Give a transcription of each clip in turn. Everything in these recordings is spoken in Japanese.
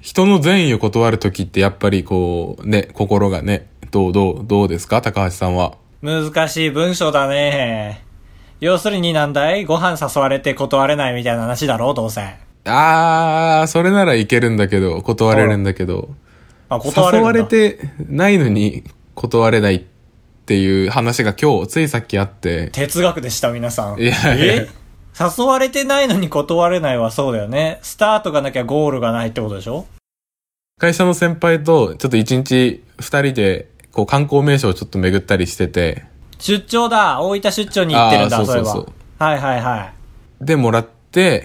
人の善意を断るときってやっぱりこう、ね、心がね、どうですか高橋さんは。 難しい文章だね。要するになんだい？ご飯誘われて断れないみたいな話だろどうせ。 それならいけるんだけど、断れるんだけど。 断れるんだ。 誘われてないのに断れないっていう話が今日、ついさっきあって。 哲学でした、皆さん。 いや誘われてないのに断れないはそうだよね。スタートがなきゃゴールがないってことでしょ？ 会社の先輩とちょっと一日二人でこう観光名所をちょっと巡ったりしてて。 出張だ。大分出張に行ってるんだ。 そう。 はいはいはい。 でもらって、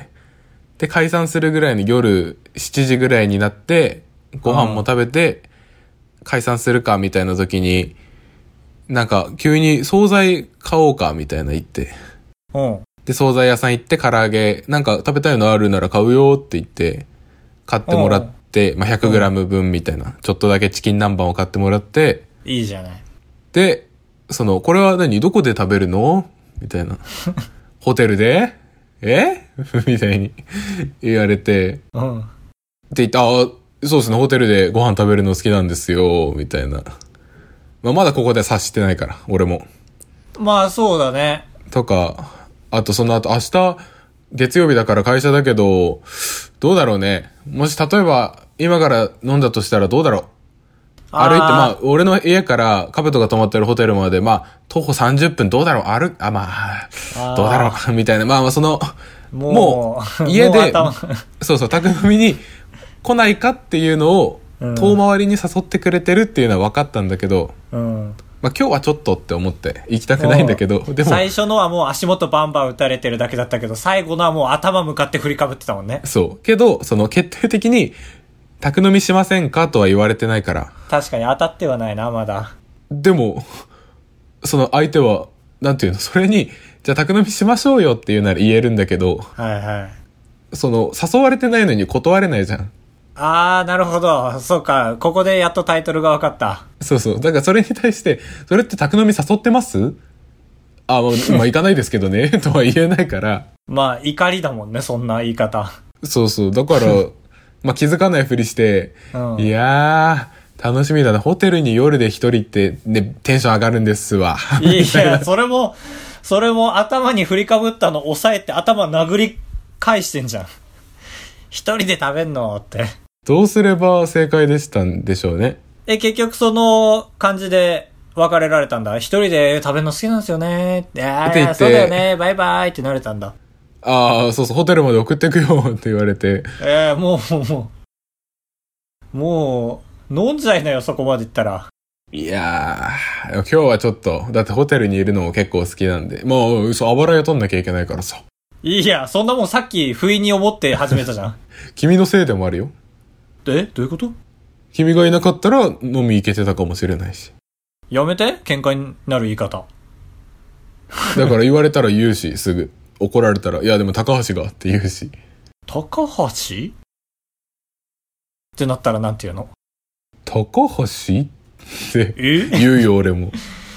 で解散するぐらいに夜7時ぐらいになってご飯も食べて解散するかみたいな時になんか急に惣菜買おうかみたいな言って。で惣菜屋さん行って唐揚げなんか食べたいのあるなら買うよって言って買ってもらって、100g 分みたいなちょっとだけチキン南蛮を買ってもらって。 いいじゃない。 でこれはどこで食べるのみたいな。ホテルでみたいに言われて。って言って、そうですね、ホテルでご飯食べるの好きなんですよ、みたいな。まだここで察してないから、俺も。 まあそうだね。 とか、あとその後、明日、月曜日だから会社だけど、どうだろうね。もし例えば、今から飲んだとしたらどうだろう。歩いて、俺の家からカブトが泊まってるホテルまで、徒歩30分どうだろうどうだろうみたいな。もう、家で、宅飲みに来ないかっていうのを、遠回りに誘ってくれてるっていうのは分かったんだけど、今日はちょっとって思って行きたくないんだけど、でも。 最初のはもう足元バンバン打たれてるだけだったけど、最後のはもう頭向かって振りかぶってたもんね。 そう。けど、決定的に、宅飲みしませんかとは言われてないから。 確かに当たってはないな、まだ。 でも、相手は、なんていうの、それに、じゃあ宅飲みしましょうよっていうなら言えるんだけど、誘われてないのに断れないじゃん。 なるほど。そうか。ここでやっとタイトルが分かった。 そう。だからそれに対して、それって宅飲み誘ってます？行かないですけどね、とは言えないから。 怒りだもんね、そんな言い方。 そう。だから、気づかないふりして、いやー、楽しみだな。ホテルに夜で一人ってね、テンション上がるんですわ。 いや、それも頭に振りかぶったの抑えて頭殴り返してんじゃん。一人で食べんのって。 どうすれば正解でしたんでしょうね。 結局その感じで別れられたんだ。一人で食べるの好きなんですよね。って言って。そうだよね。バイバイってなれたんだ。 そう、ホテルまで送ってくよって言われて。 もう、飲んじゃいなよ、そこまで行ったら。 いやー、今日はちょっと、だってホテルにいるのも結構好きなんで、もう、あばらや取んなきゃいけないからさ。 いや、そんなもんさっき不意に思って始めたじゃん。 君のせいでもあるよ。 どういうこと？ 君がいなかったら飲み行けてたかもしれないし。 やめて、喧嘩になる言い方。 だから言われたら言うし、すぐ。怒られたら、いやでも高橋がって言うし。 高橋ってなったらなんて言うの？ 高橋って言うよ俺も。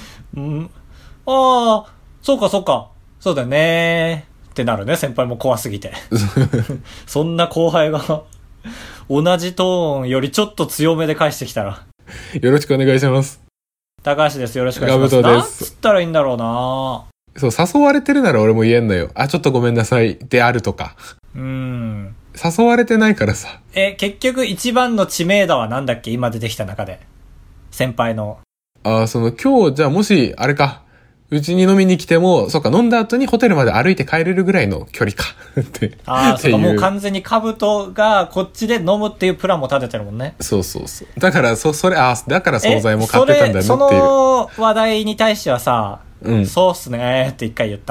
そうか。そうだよねってなるね、先輩も怖すぎて。そんな後輩が同じトーンよりちょっと強めで返してきたら。 よろしくお願いします。 高橋です。よろしくお願いします。 ガブトです。 なんつったらいいんだろうな。 そう、誘われてるなら俺も言えんのよ。ちょっとごめんなさいであるとか。誘われてないからさ。 結局一番の知名度はなんだっけ？今出てきた中で。先輩の。 今日じゃあもし、あれか。うちに飲みに来ても、そうか、飲んだ後にホテルまで歩いて帰れるぐらいの距離か。って。 そうか、もう完全に兜がこっちで飲むっていうプランも立ててるもんね。 そう。だから、だから惣菜も買ってたんだよっていう。 その話題に対してはさ、そうっすねって一回言った？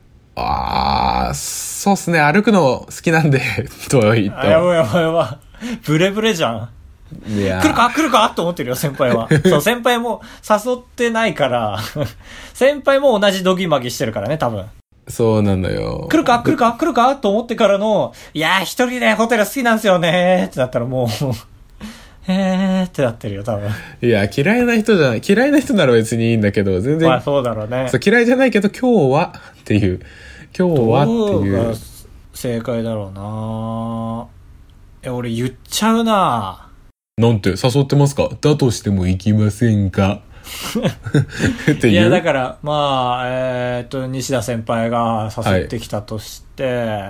そうっすね、歩くの好きなんで、とは言った。 やば。ブレブレじゃん。来るかと思ってるよ、先輩は。そう、先輩も誘ってないから、先輩も同じドギマギしてるからね、多分。 そうなのよ。 来るかと思ってからの、いやー一人でホテル好きなんですよねーってなったらもう、ってなってるよ、多分。 いや、嫌いな人なら別にいいんだけど、全然。 そうだろうね。 そう、嫌いじゃないけど、今日はっていう。 どうが正解だろうな。 俺言っちゃうな。 なんて、誘ってますか？だとしても行きませんか？っていう。 いや、だから、まあ、西田先輩が誘ってきたとして、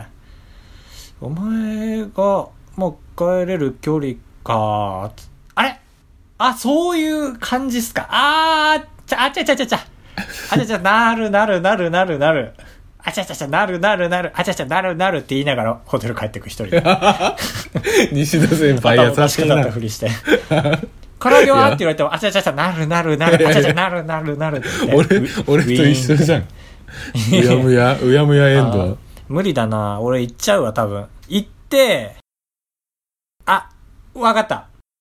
お前が、もう帰れる距離か、あれあ、そういう感じっすか。ちゃ、なる。あちゃちゃちゃ、なる。あちゃちゃ、なるって言いながらホテル帰ってく一人で。 西田先輩優しいな。 だったふりして。唐揚げはって言われても、あちゃちゃちゃ、なる。あちゃちゃ、なるって言って。 俺と一緒じゃん。うやむやエンド。 無理だな。俺行っちゃうわ、多分。行って、わかった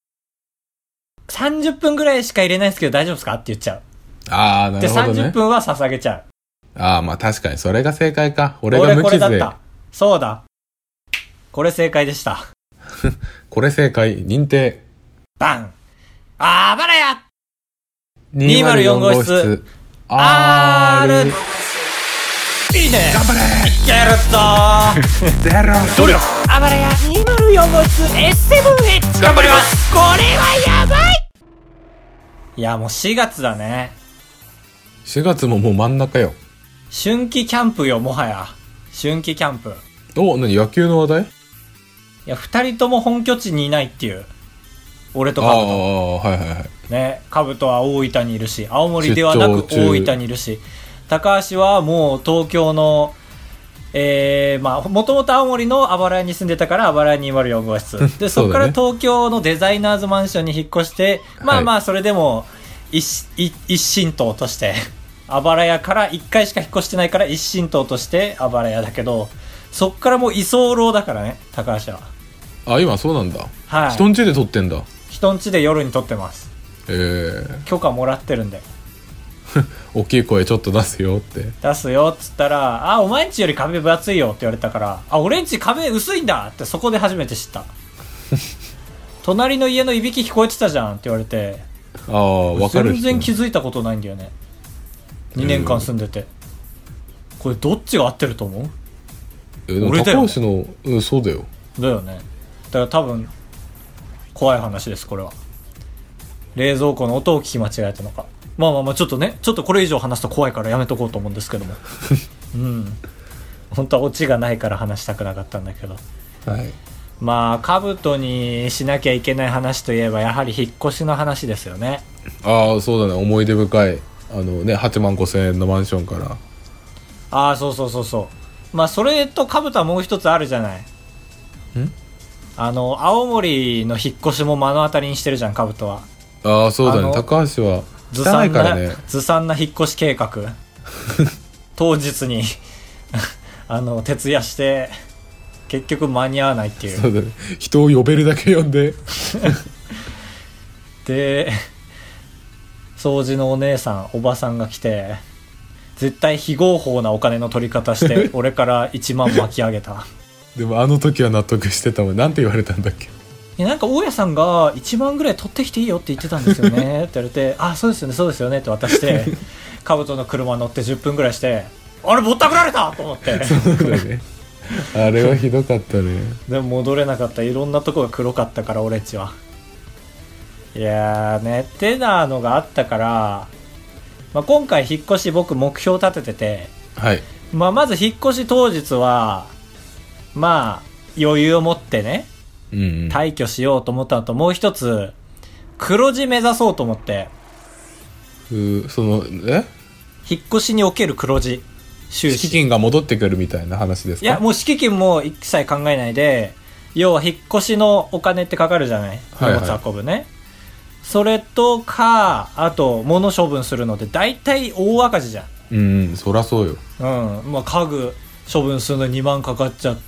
。30分ぐらいしか入れないですけど大丈夫ですかって言っちゃう。 なるほどね。 で、30分は捧げちゃう。 まあ確かにそれが正解か。俺が無傷で。 これだった。そうだ。これ正解でした。 これ正解、認定。 バン。あばらや !204 号室。R。いいね。 頑張れ。 いけるぞゼロ。 努力。あばらや204号室 S7H。頑張ります。これはやばい。いや、もう4月だね。 4月ももう真ん中よ。 春季キャンプよ、もはや。春季キャンプ。 何、野球の話題？ いや、二人とも本拠地にいないっていう。俺とカブト。 はいね、カブトは大分にいるし、青森ではなく大分にいるし、高橋はもう東京の、もともと青森のあばら屋に住んでたからあばら屋204号室。で、そこから東京のデザイナーズマンションに引っ越して、それでも一神党として、あばら屋から1回しか引っ越してないから一神党としてあばら屋だけど、そっからもう居候だからね、高橋は。 今そうなんだ。 はい。 人ん家で撮ってんだ。 人ん家で夜に撮ってます。許可もらってるんで。 大きい声ちょっと出すよって。 出すよっつったら、お前んちより壁分厚いよって言われたから、俺んち壁薄いんだってそこで初めて知った。隣の家のいびき聞こえてたじゃんって言われて、 わかる。 全然気づいたことないんだよね。2年間住んでて。これどっちが合ってると思う？ 俺だよ。高橋の、そうだよ。 だよね。だから多分、怖い話です、これは。冷蔵庫の音を聞き間違えたのか。ちょっとこれ以上話すと怖いからやめとこうと思うんですけども。本当はオチがないから話したくなかったんだけど。 はい。 カブトにしなきゃいけない話といえばやはり引っ越しの話ですよね。 そうだね。思い出深い。8万5千円のマンションから。 そう。それとカブトはもう一つあるじゃない。青森の引っ越しも目の当たりにしてるじゃん、カブトは。 そうだね。高橋は汚いからね。 ずさんな引っ越し計画。当日に徹夜して結局間に合わないっていう。 そうだね。人を呼べるだけ呼んで。 で、掃除のお姉さん、おばさんが来て、絶対非合法なお金の取り方して俺から1万巻き上げた。 でもあの時は納得してたもん。なんて言われたんだっけ？ なんか大家さんが1万ぐらい取ってきていいよって言ってたんですよねって言われて、そうですよねって渡してカブトの車乗って10分ぐらいして、あれぼったくられたと思って。 そうだね。あれはひどかったね。 でも戻れなかった。いろんなとこが黒かったから俺っちは。いやーねってなのがあったから、今回引っ越し僕目標立ててて、 はい。 まず引っ越し当日は余裕を持ってね、退去しようと思ったのと、もう一つ黒字目指そうと思って。引っ越しにおける黒字収支、 敷金が戻ってくるみたいな話ですか？ いや、もう敷金も一切考えないで、要は引っ越しのお金ってかかるじゃない、荷物運ぶね、それとか、あと物処分するので大体大赤字じゃん。 そらそうよ。 家具処分するのに2万かかっちゃって、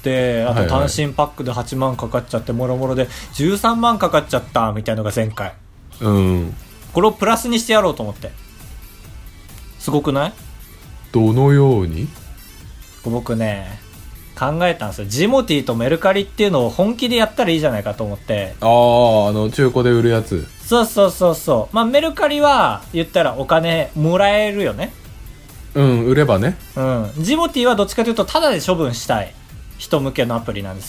あと単身パックで8万かかっちゃって、もろもろで13万かかっちゃったみたいのが前回。これをプラスにしてやろうと思って。すごくない？ どのように？ 僕ね、考えたんですよ。ジモティーとメルカリっていうのを本気でやったらいいじゃないかと思って。 中古で売るやつ。 そう。メルカリは言ったらお金もらえるよね。 売ればね。 ジモティーはどっちかというとタダで処分したい人向けのアプリなんですよ。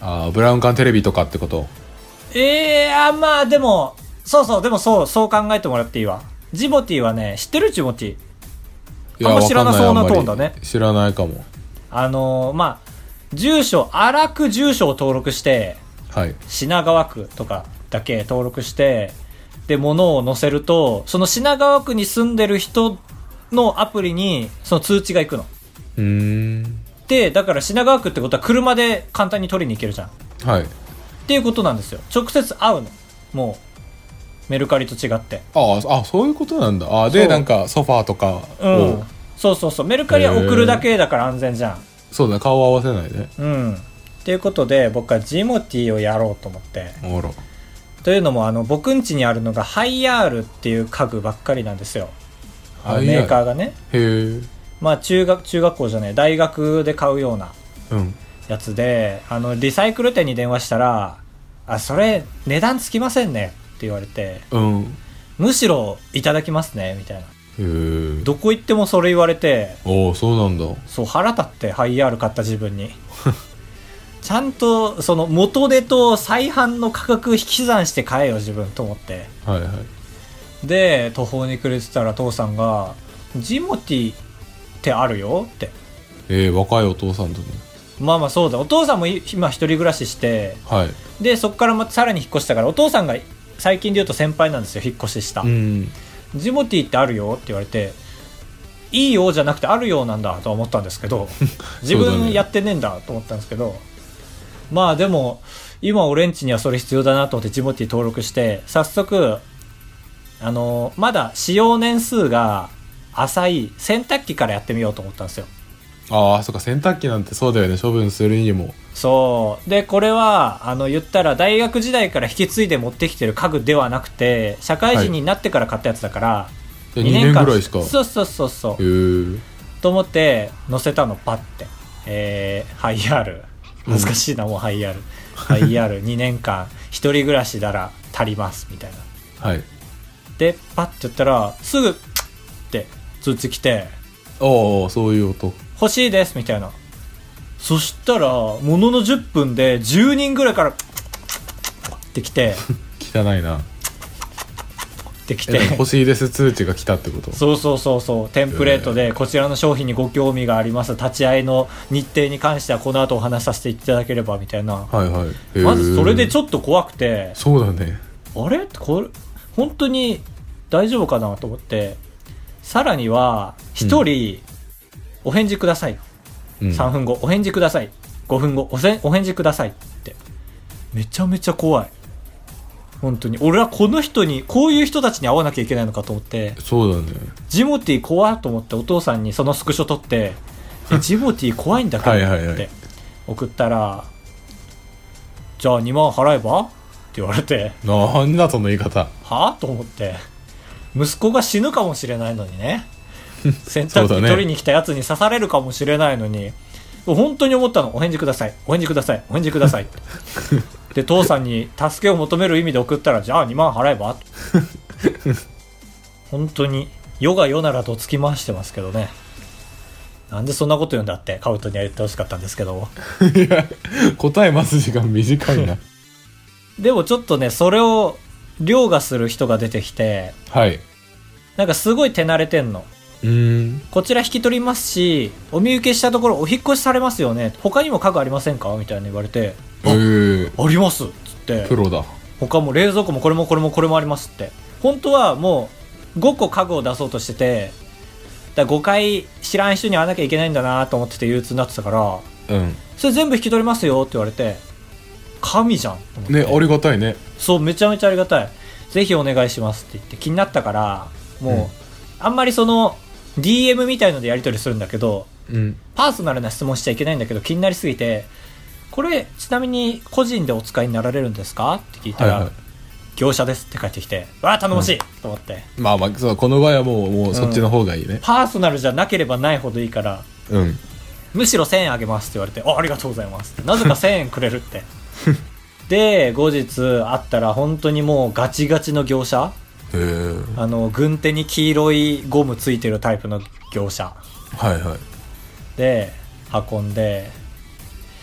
ああ、ブラウン管テレビとかってこと？ まあでも、でもそう考えてもらっていいわ。ジモティーはね、知ってる？ジモティー。あんま知らなそうなトーンだね。 知らないかも。 まあ、荒く住所を登録して、 はい。 品川区とかだけ登録して、で、物を載せると、その品川区に住んでる人のアプリに、その通知が行くの。で、だから品川区ってことは車で簡単に取りに行けるじゃん。 はい。 っていうことなんですよ。直接会うの。もう、メルカリと違って。 そういうことなんだ。で、なんかソファーとかを。 そう。メルカリは送るだけだから安全じゃん。 そうだ、顔合わせないね。 っていうことで、僕はジモティーをやろうと思って。 あら。 というのも、僕ん家にあるのがハイアールっていう家具ばっかりなんですよ。メーカーがね。 へえ。 まあ中学校じゃない大学で買うようなやつで、リサイクル店に電話したら、それ値段つきませんねって言われて、むしろいただきますねみたいな。どこ行ってもそれ言われて、 そうなんだ。 そう腹立ってハイアール買った自分にちゃんとその元手と再販の価格引き算して買えよ自分と思って、で途方に暮れてたら父さんがジモティってあるよって。 若いお父さんとね。 まあそうだ、お父さんも今一人暮らしして、でそこからまたさらに引っ越したから、お父さんが最近で言うと先輩なんですよ、引っ越しした。ジモティってあるよって言われて、いいよじゃなくてあるよなんだと思ったんですけど自分やってねえんだと思ったんですけど、まあでも今俺んちにはそれ必要だなと思ってジモティ登録して、早速まだ使用年数が浅い洗濯機からやってみようと思ったんですよ。 そっか、洗濯機なんてそうだよね、処分するにも。 そうで、これは言ったら大学時代から引き継いで持ってきてる家具ではなくて、社会人になってから買ったやつだから、 2年ぐらいしか。 そうと思って載せたの、パッて、ハイアール、恥ずかしいな、もうハイアールハイアール2年間一人暮らしなら足りますみたいな。でパッて言ったらすぐって通知来て、 そういう音、 欲しいですみたいな。そしたらものの10分で10人ぐらいからって来て汚いなって来て、 欲しいです通知が来たってこと？ そうテンプレートで、こちらの商品にご興味があります、立ち会いの日程に関してはこの後お話しさせていただければみたいな。まずそれでちょっと怖くて、 そうだね、 あれこれ本当に大丈夫かなと思って、さらには1人お返事ください、3分後お返事ください、5分後お返事くださいって、めちゃめちゃ怖い。本当に俺はこの人に、こういう人たちに会わなきゃいけないのかと思って。 そうだね、 ジモティ怖いと思ってお父さんにそのスクショ撮ってジモティ怖いんだけどって送ったら、じゃあ2万払えばって言われて、 なんだその言い方はぁと思って、息子が死ぬかもしれないのにね洗濯機取りに来たやつに刺されるかもしれないのに、本当に思ったの。お返事くださいお返事くださいお返事くださいで父さんに助けを求める意味で送ったら、じゃあ2万払えば本当に世が世ならとつき回してますけどね。なんでそんなこと言うんだってカウトには言ってほしかったんですけどいや答え待つ時間短いなでもちょっとね、それを凌駕する人が出てきて、なんかすごい手慣れてんの。こちら引き取りますし、お見受けしたところお引っ越しされますよね、他にも家具ありませんかみたいに言われて、ありますっつって、 プロだ、 他も冷蔵庫もこれもこれもこれもありますって。本当はもう5個家具を出そうとしてて、だ5回知らん人に会わなきゃいけないんだなと思ってて憂鬱になってたから、それ全部引き取りますよって言われて、神じゃんと思って。 ね、ありがたいね。 そう、めちゃめちゃありがたい。ぜひお願いしますって言って気になったから、もう、あんまりその DM みたいのでやり取りするんだけど、パーソナルな質問しちゃいけないんだけど、気になりすぎて、これちなみに個人でお使いになられるんですかって聞いたら、業者ですって返ってきて、わあ頼もしい、と思って。 まあそう、この場合はもうそっちの方がいいね。 パーソナルじゃなければないほどいいから、むしろ1000円あげますって言われて、ありがとうございますって、なぜか1000円くれるってで後日会ったら本当にもうガチガチの業者、軍手に黄色いゴムついてるタイプの業者で運んで、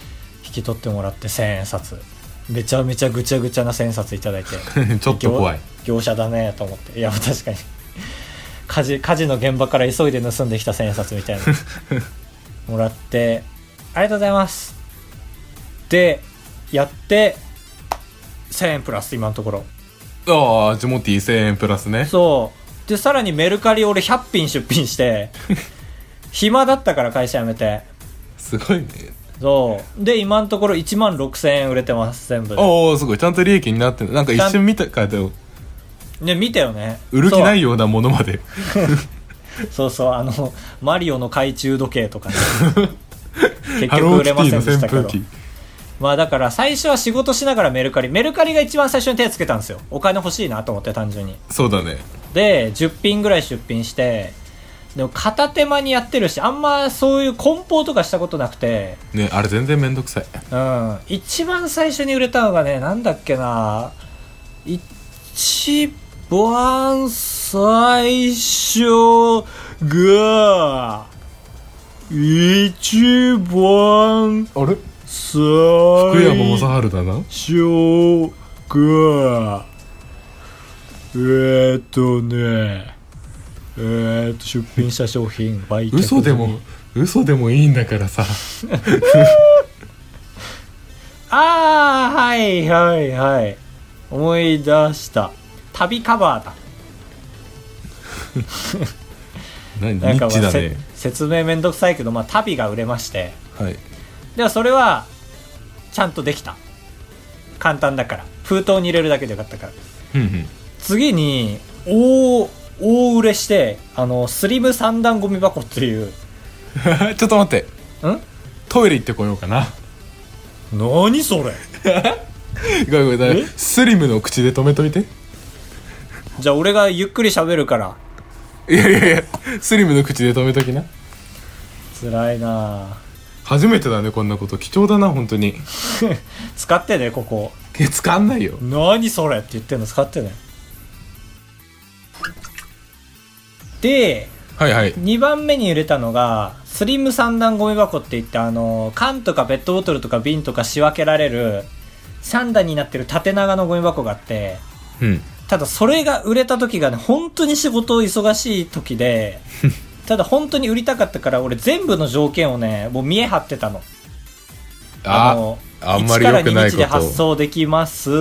引き取ってもらって1000円札めちゃめちゃぐちゃぐちゃな1000円札いただいてちょっと怖い。 業者だねと思って。いや確かに火事の現場から急いで盗んできた1000円札みたいなもらってありがとうございますでやって1000円プラス今のところ。 ああジモティー1000円プラスね。 そうでさらにメルカリ俺100品出品して暇だったから会社辞めて。 すごいね。 そうで今のところ1万6000円売れてます全部で。 おおすごいちゃんと利益になってる。なんか一瞬見たかでね見たよね。 売る気ないようなものまでそうそうマリオの懐中時計とかね結局売れませんでしたけど。まあだから最初は仕事しながらメルカリが一番最初に手つけたんですよ。お金欲しいなと思って単純に。 そうだね。 で10品ぐらい出品してでも片手間にやってるしあんまそういう梱包とかしたことなくてねあれ全然めんどくさい。 一番最初に売れたのがねなんだっけな一番最初が一番あれ福福山雅治だな。 初が出品した商品売却嘘でもいいんだからさああはいはいはい思い出した旅カバーだ何なんか、 ニッチだね。 説明めんどくさいけど、旅が売れまして、 はい。 ではそれはちゃんとできた。簡単だから封筒に入れるだけでよかったから。次に大売れしてスリム三段ゴミ箱っていうちょっと待ってトイレ行ってこようかな。 何それごめんスリムの口で止めといて。 じゃあ俺がゆっくり喋るから。 いやスリムの口で止めときな。 辛いな。 初めてだねこんなこと。貴重だな本当に使ってねここ。 使んないよ。 何それって言ってんの使ってね。で、 はいはい、 2番目に売れたのがスリム三段ゴミ箱っていって缶とかペットボトルとか瓶とか仕分けられる3段になってる縦長のゴミ箱があって、ただそれが売れた時がね本当に仕事忙しい時でただ本当に売りたかったから俺全部の条件をねもう見え張ってたの。 あんまり良くないこと。1から2日で発送できます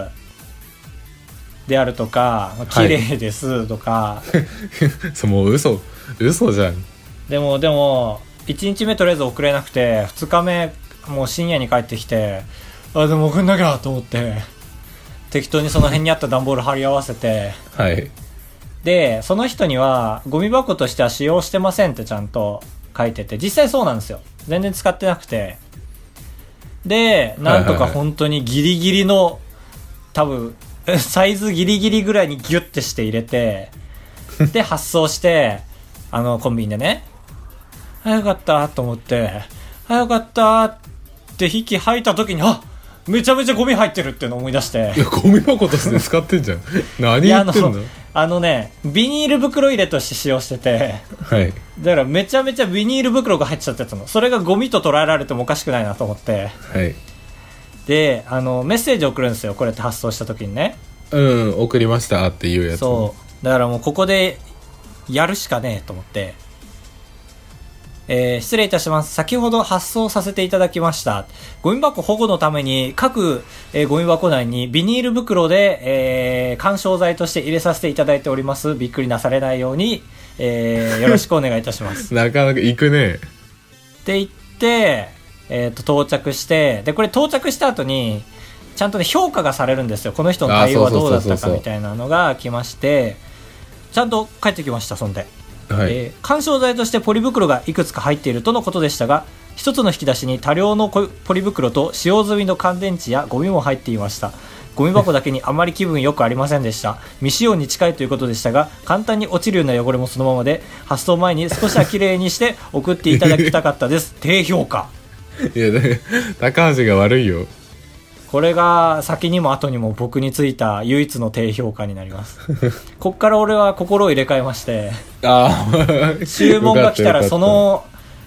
であるとか、綺麗ですとか、 そうもう嘘じゃん。 でも1日目とりあえず送れなくて2日目もう深夜に帰ってきてでも送んなきゃと思って適当にその辺にあった段ボール貼り合わせてはいでその人にはゴミ箱としては使用してませんってちゃんと書いてて実際そうなんですよ。全然使ってなくてでなんとか本当にギリギリの多分サイズギリギリぐらいにギュッてして入れてで発送してコンビニでねよかったと思ってよかったって息吐いた時にめちゃめちゃゴミ入ってるっていうのを思い出して。 いやゴミ箱として使ってんじゃん何言ってんの。 ビニール袋入れとして使用してて、 はい、 だからめちゃめちゃビニール袋が入っちゃってたの。それがゴミと捉えられてもおかしくないなと思って、 はい、 でメッセージ送るんですよこれって発送した時にね。 送りましたっていうやつ。 そうだからもうここでやるしかねえと思って、失礼いたします。先ほど発送させていただきましたゴミ箱保護のために各、ゴミ箱内にビニール袋で、緩衝材として入れさせていただいております。びっくりなされないように、よろしくお願いいたしますなかなか行くねって言って、到着してでこれ到着した後にちゃんとね評価がされるんですよ。この人の対応はどうだったかみたいなのが来ましてちゃんと帰ってきました。そんで緩衝材としてポリ袋がいくつか入っているとのことでしたが一つの引き出しに多量のポリ袋と使用済みの乾電池やゴミも入っていました。ゴミ箱だけにあまり気分よくありませんでした未使用に近いということでしたが簡単に落ちるような汚れもそのままで発送前に少しは綺麗にして送っていただきたかったです低評価。 いや高橋が悪いよ。 これが先にも後にも僕についた唯一の低評価になりますこっから俺は心を入れ替えまして注文が来たらその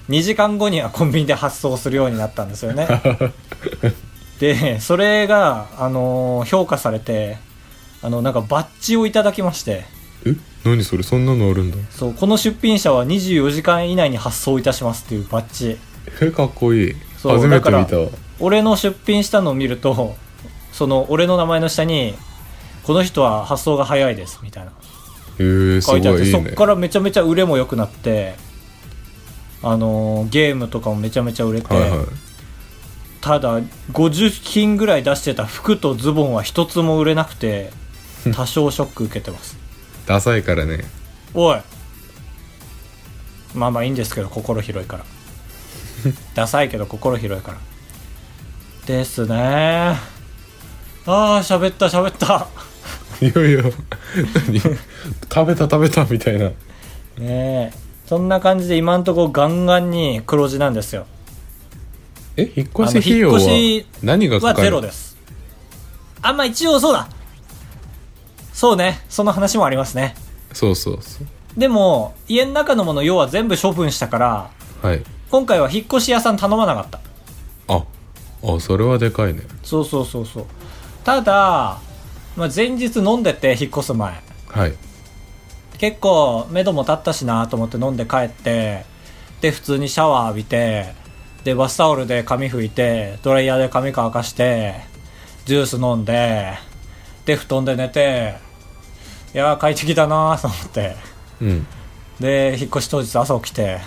2時間後にはコンビニで発送するようになったんですよねでそれが、評価されてなんかバッジをいただきまして。 何それ、そんなのあるんだ。 そう、この出品者は24時間以内に発送いたしますっていうバッジ。 かっこいい。 そう初めて見た。 俺の出品したのを見ると、その俺の名前の下にこの人は発送が早いですみたいなすごいいいね。 そっからめちゃめちゃ売れも良くなって、ゲームとかもめちゃめちゃ売れて、はいはい、ただ50品ぐらい出してた服とズボンは一つも売れなくて多少ショック受けてますダサいからね。 おい、まあまあいいんですけど、心広いからダサいけど心広いからですね。喋ったいやいや何食べたみたいなねえ。そんな感じで今んとこガンガンに黒字なんですよ。 引っ越し費用は何がかかる？ はゼロです。まあ一応そうだ、そうね、その話もありますね。 そうでも家の中のもの要は全部処分したから、 はい、 今回は引っ越し屋さん頼まなかった。 それはでかいね。 そうただ、前日飲んでて、引っ越す前、 はい、 結構目処も立ったしなと思って飲んで帰って、で普通にシャワー浴びて、でバスタオルで髪拭いて、ドライヤーで髪乾かして、ジュース飲んで、で布団で寝て、いや快適だなと思って、で引っ越し当日朝起きて、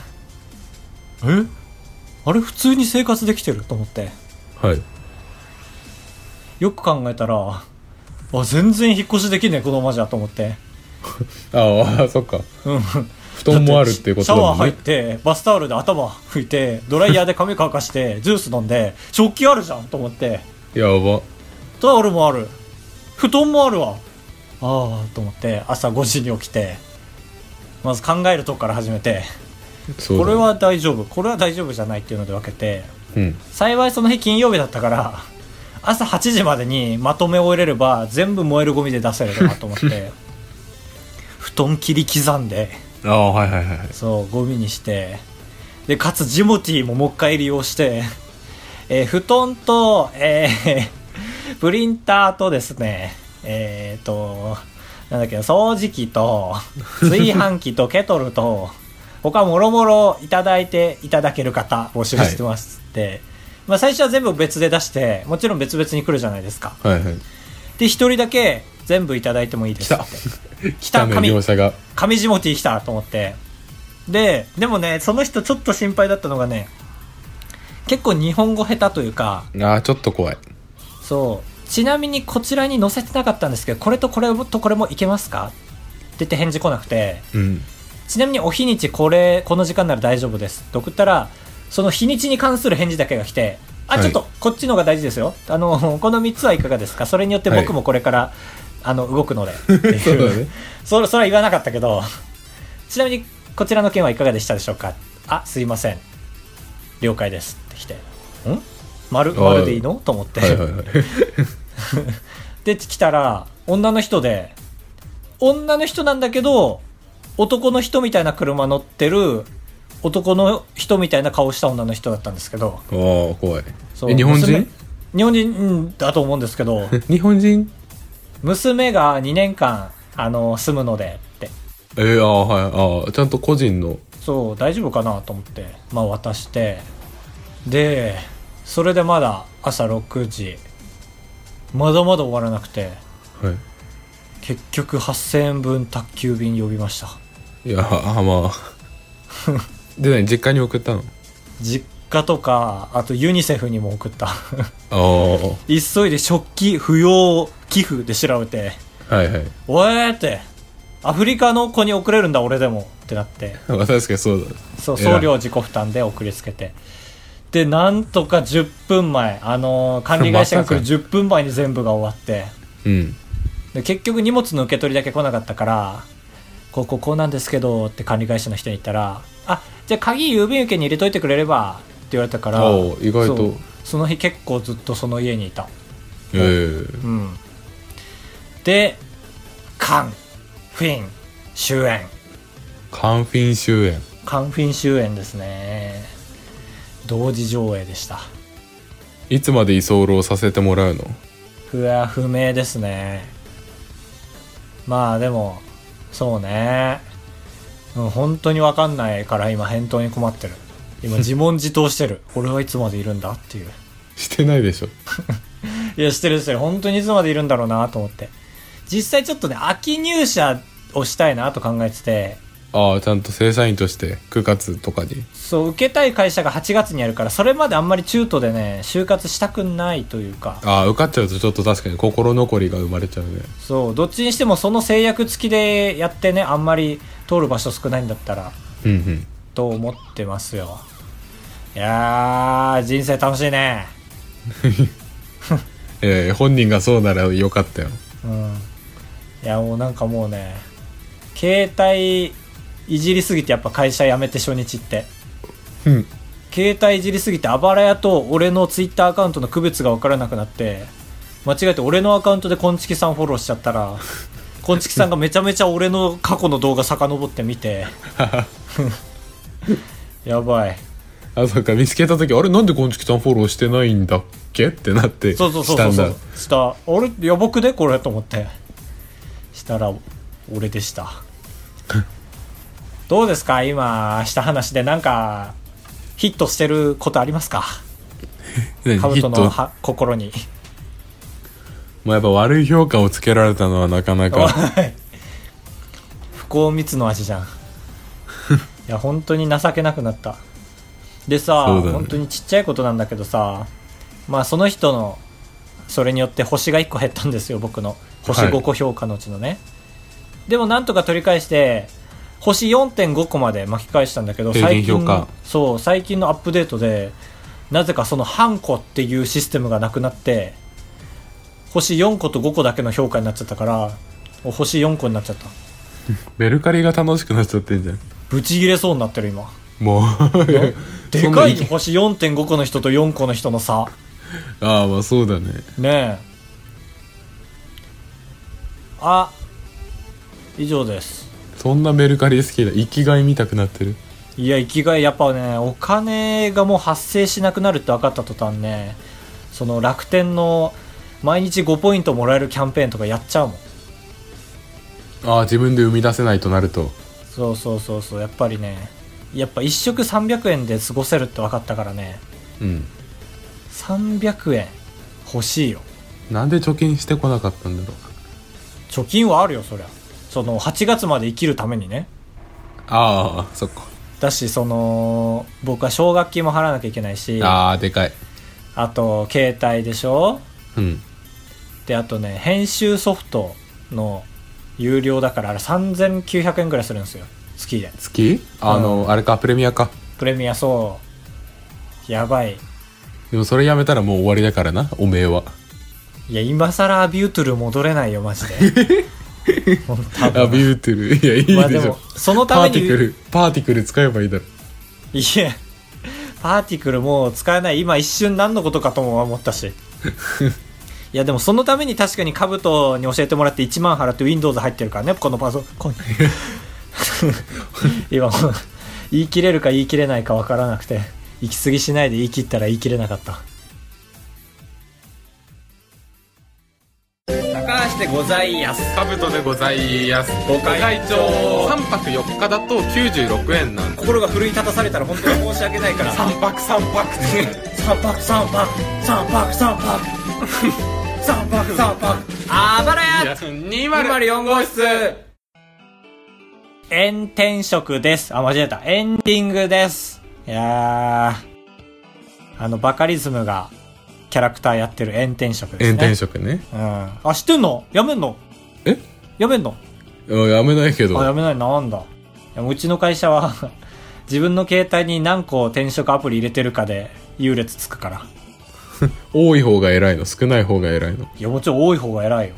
あれ普通に生活できてると思って、 はい、 よく考えたら全然引っ越しできねえこのままじゃと思ってそっか、布団もあるっていうことだもんね。 シャワー入ってバスタオルで頭拭いてドライヤーで髪乾かしてジュース飲んで食器あるじゃんと思って、 やば、 タオルもある、布団もあるわ、と思って朝5時に起きて、まず考えるとこから始めて、これは大丈夫、これは大丈夫じゃないっていうので分けて、幸いその日金曜日だったから朝8時までにまとめを入れれば全部燃えるゴミで出せるなと思って布団切り刻んで、そうゴミにして、でかつジモティーももう一回利用して、布団と、プリンターとですね、なんだっけ、掃除機と炊飯器とケトルと他もろもろいただける方募集してますって、最初は全部別で出して、もちろん別々に来るじゃないですか。で一人だけ全部いただいてもいいですって来た紙ジモティー来たと思って、でもね、その人ちょっと心配だったのがね、結構日本語下手というか、 ちょっと怖い。 そうちなみにこちらに載せてなかったんですけど、これとこれとこれもいけますかって言って返事来なくて、ちなみにお日にちこの時間なら大丈夫ですって送ったら、その日にちに関する返事だけが来て、ちょっとこっちのが大事ですよ、この3つはいかがですか、それによって僕もこれから、動くのでっていうそうだねそれは言わなかったけど、ちなみにこちらの件はいかがでしたでしょうか、すいません了解ですって来て、丸でいいのと思って、で来たら女の人なんだけど、男の人みたいな車乗ってる男の人みたいな顔した女の人だったんですけど、 怖い。日本人だと思うんですけど日本人、 娘が2年間住むのでって、 ちゃんと個人の、 そう大丈夫かなと思って渡して、でそれでまだ朝6時まだまだ終わらなくて、結局8000円分宅急便呼びました。 いやで何、実家に送ったの？ 実家とか、あとユニセフにも送った急いで食器不要寄付で調べて、おってアフリカの子に送れるんだ俺でもってなって確かにそうだ。 そう、送料自己負担で送りつけて、でなんとか10分前、管理会社が来る10分前に全部が終わって、で結局荷物の受け取りだけ来なかったから、こうなんですけどって管理会社の人に言ったら、じゃあ鍵郵便受けに入れといてくれればって言われたから、 意外とその日結構ずっとその家にいた。でカンフィン終焉。 カンフィン終焉。 カンフィン終演ですね。同時上映でした。 いつまで居候させてもらうの？ 不明ですね。まあでもそうね、本当に分かんないから今返答に困ってる。今自問自答してる。俺はいつまでいるんだっていう。 してないでしょ。 いやしてる。本当にいつまでいるんだろうなと思って。実際ちょっとね秋入社をしたいなと考えてて。 ああ、ちゃんと正社員として9月とかに。 そう、受けたい会社が8月にやるから、それまであんまり中途でね就活したくないというか。 ああ、受かっちゃうとちょっと確かに心残りが生まれちゃうね。 そう、どっちにしてもその制約付きでやってね、あんまり通る場所少ないんだったらと思ってますよ。いやー人生楽しいね。 本人がそうならよかったよ。 いやもうなんかもうね、携帯いじりすぎて、やっぱ会社辞めて初日って携帯いじりすぎてあばらやと俺のツイッターアカウントの区別が分からなくなって、間違えて俺のアカウントでこんちきさんフォローしちゃったら、こんちきさんがめちゃめちゃ俺の過去の動画遡って見てやばい。 あ、そっか、見つけた時あれなんでこんちきさんフォローしてないんだっけってなってしたんだ。 したあれやばくねこれと思ってしたら俺でした。どうですか今した話でなんかヒットしてることありますか？カブトの心に。 もうやっぱ悪い評価をつけられたのはなかなか不幸蜜の味じゃん。いや本当に情けなくなった。でさ、ね、本当にちっちゃいことなんだけどさ、まあその人のそれによって星が1個減ったんですよ、僕の星5個評価のうちのね、はい、でもなんとか取り返して星 4.5 個まで巻き返したんだけど、最近のアップデートでなぜかその半個っていうシステムがなくなって星4個と5個だけの評価になっちゃったから、星4個になっちゃった。 メルカリが楽しくなっちゃってんじゃん。 ブチギレそうになってる今。もうでかい星 4.5 個の人と4個の人の差。 ああ、まあそうだね。 ねえ。あ、以上です。 そんなメルカリ好きだ。生きがい見たくなってる。 いや生きがいやっぱね、お金がもう発生しなくなるって分かった途端ね、その楽天の毎日5ポイントもらえるキャンペーンとかやっちゃうもん。 ああ、自分で生み出せないとなると。 そうやっぱりね、やっぱ1食300円で過ごせるって分かったからね。300円欲しいよ。 なんで貯金してこなかったんだろう。 貯金はあるよそりゃ。その8月まで生きるためにね。 ああ、そっか。 だしその僕は奨学金も払わなきゃいけないし。 ああ、でかい。 あと携帯でしょ。であとね、編集ソフトの有料だから、あれ3900円ぐらいするんですよ月で。 月？あれか、プレミアか。 プレミア、そう、やばい。 でもそれやめたらもう終わりだからな、おめえは。 いや今さらアビュートゥル戻れないよマジで。 アビュートゥル、いやいいでしょ、まあ、でもそのためにパーティクル使えばいいだろ。 いやパーティクルもう使えない。今一瞬何のことかとも思ったし。いやでもそのために確かにカブトに教えてもらって1万払って Windows 入ってるからね、このパソコンに。今もう言い切れるか言い切れないか分からなくて、行き過ぎしないで言い切ったら言い切れなかった。高橋でございやす。 カブトでございやす。ご会長3泊4日だと96円なんで。 心が奮い立たされたら本当に申し訳ないから。 3泊3泊って 3泊3泊3泊3泊3泊3泊あばらや204号室。炎天色です。あ、間違えた。エンディングです。いやー、バカリズムがキャラクターやってる炎天色ですね。 炎天色ね。 あ、知ってんの？やめんの？やめんの？ やめないけど。 あ、やめない。なんだ。うちの会社は自分の携帯に何個転職アプリ入れてるかで優劣つくから。 多い方が偉いの？少ない方が偉いの？ いやもちろん多い方が偉いよ。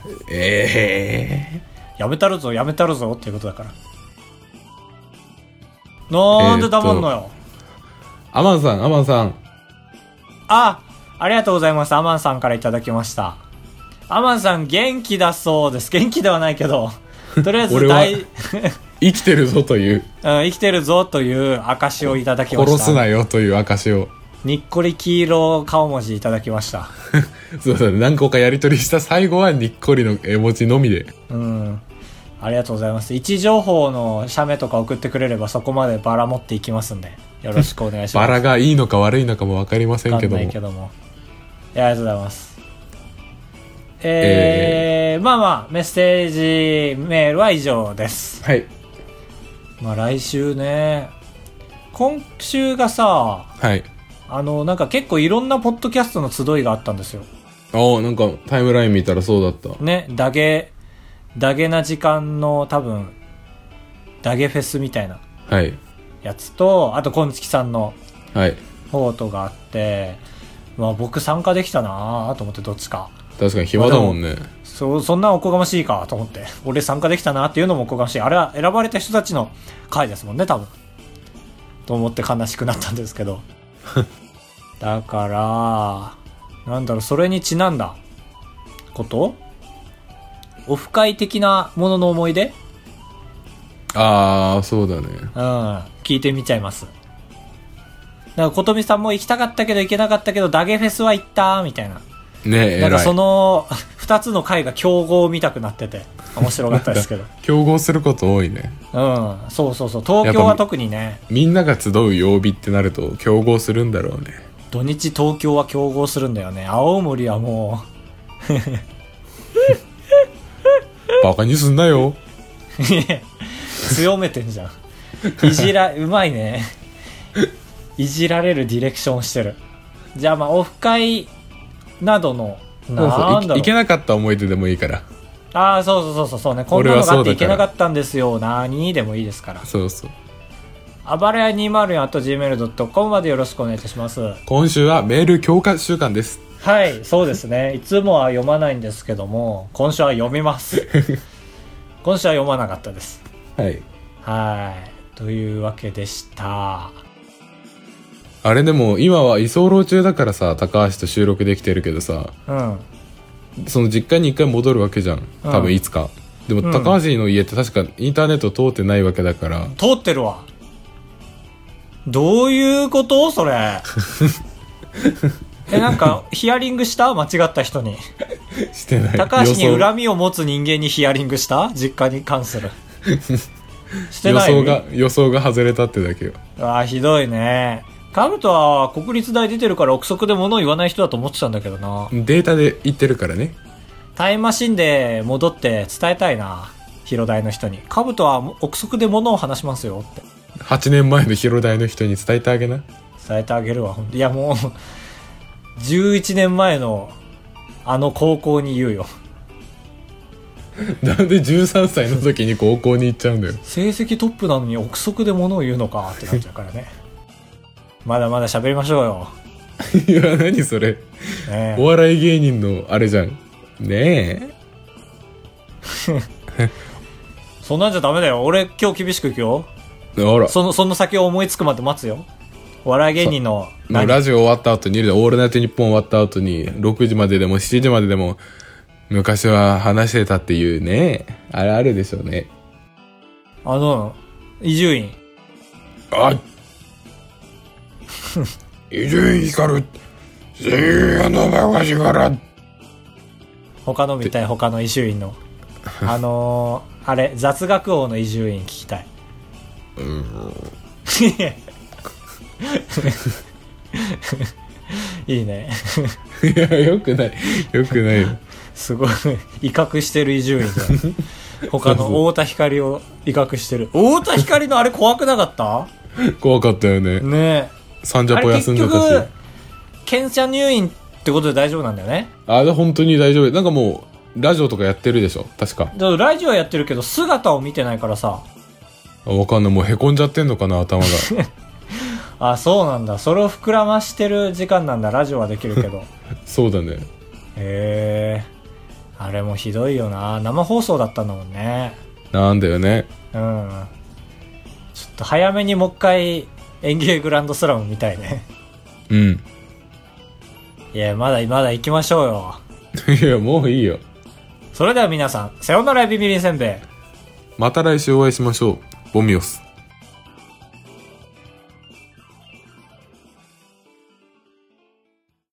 やめたるぞっていうことだから。なんで黙んのよ。 アマンさん。 ありがとうございます。アマンさんからいただきました。アマンさん元気だそうです。元気ではないけど、とりあえず生きてるぞという、 生きてるぞという証をいただきました。 殺すなよという証を。 にっこり黄色顔文字いただきました。 そうだね、何個かやり取りした最後はにっこりの絵文字のみで。 ありがとうございます。位置情報の写メとか送ってくれればそこまでバラ持っていきますんで、よろしくお願いします。 バラがいいのか悪いのかも分かりませんけども。 分かんないけども。ありがとうございます。まあまあ、メッセージメールは以上です。 はい。 まあ来週ね、今週がさ、 はい。 なんか結構いろんなポッドキャストの集いがあったんですよ。 なんかタイムライン見たらそうだった。 ね、ダゲな時間の多分、ダゲフェスみたいな。 はい。 やつと、あと、こんちきさんの。 はい。 フォートがあって、まあ僕参加できたなぁと思ってどっちか。 確かに暇だもんね。 そんなおこがましいかと思って。俺参加できたなっていうのもおこがましい。あれは選ばれた人たちの会ですもんね、多分。と思って悲しくなったんですけど。だから、なんだろう、それにちなんだことオフ会的なものの思い出？ そうだね。 聞いてみちゃいます。だからことみさんも行きたかったけど行けなかったけどダゲフェスは行ったみたいな。 ねえ、 なんかその2つの会が競合を見たくなってて面白かったですけど。 競合すること多いね。 そう東京は特にね。 みんなが集う曜日ってなると競合するんだろうね。 土日東京は競合するんだよね。青森はもうバカにすんなよ。 強めてんじゃん。うまいね。いじられるディレクションしてる。じゃあまあオフ会などの行けなかった思い出でもいいから。 そうね。こんなのがあって行けなかったんですよ。何でもいいですから。 そうそう。 あばらや 204@gmail.com までよろしくお願いいたします。 今週はメール強化週間です。 はい、そうですね。いつもは読まないんですけども、今週は読みます。今週は読まなかったです。はい。というわけでした。 あれでも今は居候中だからさ、高橋と収録できてるけどさ、その実家に一回戻るわけじゃん。多分いつか。でも高橋の家って確かインターネット通ってないわけだから。 通ってるわ。どういうことそれ。なんかヒアリングした間違った人に。 してない。 高橋に恨みを持つ人間にヒアリングした？実家に関する。してない。 予想が外れたってだけよ。 ひどいね。カブトは国立大出てるから憶測で物を言わない人だと思ってたんだけどな。 データで言ってるからね。 タイムマシンで戻って伝えたいな。広大の人に。カブトは憶測で物を話しますよって。 8年前の広大の人に伝えてあげな。 伝えてあげるわ。いやもう、11年前の高校に言うよ。 なんで13歳の時に高校に行っちゃうんだよ。 成績トップなのに憶測で物を言うのかってなっちゃうからね。まだまだ喋りましょうよ。 いや、何それ。お笑い芸人のあれじゃん。ねえ。 そんなんじゃダメだよ。俺今日厳しくいくよ。 あら。 その先を思いつくまで待つよ。お笑い芸人のラジオ終わった後に、オールナイトニッポン終わった後に、6時まででも7時まででも、昔は話してたっていうね。あれあるでしょうね。 伊集院。 伊集院光。深夜のバカ力。 他の見たい、他の伊集院の。あれ、雑学王の伊集院聞きたい。いいね。 いや、よくないよ。 すごい威嚇してる伊集院だ。他の太田光を威嚇してる。太田光のあれ怖くなかった？ 怖かったよね。 ねえ。 サンジャポ休んでたし。 結局検査入院ってことで大丈夫なんだよね。 本当に大丈夫。なんかもうラジオとかやってるでしょ確か。 ラジオはやってるけど姿を見てないからさ。 わかんない。もうへこんじゃってんのかな頭が。 そうなんだ。それを膨らましてる時間なんだ。ラジオはできるけど。 そうだね。 あれもひどいよな。生放送だったんだもんね。 なんだよね。 ちょっと早めにもう一回演芸グランドスラム見たいね。いや、まだ行きましょうよ。 いや、もういいよ。 それでは皆さん、さよならビビリンせんべい。 また来週お会いしましょう。 ボミオス。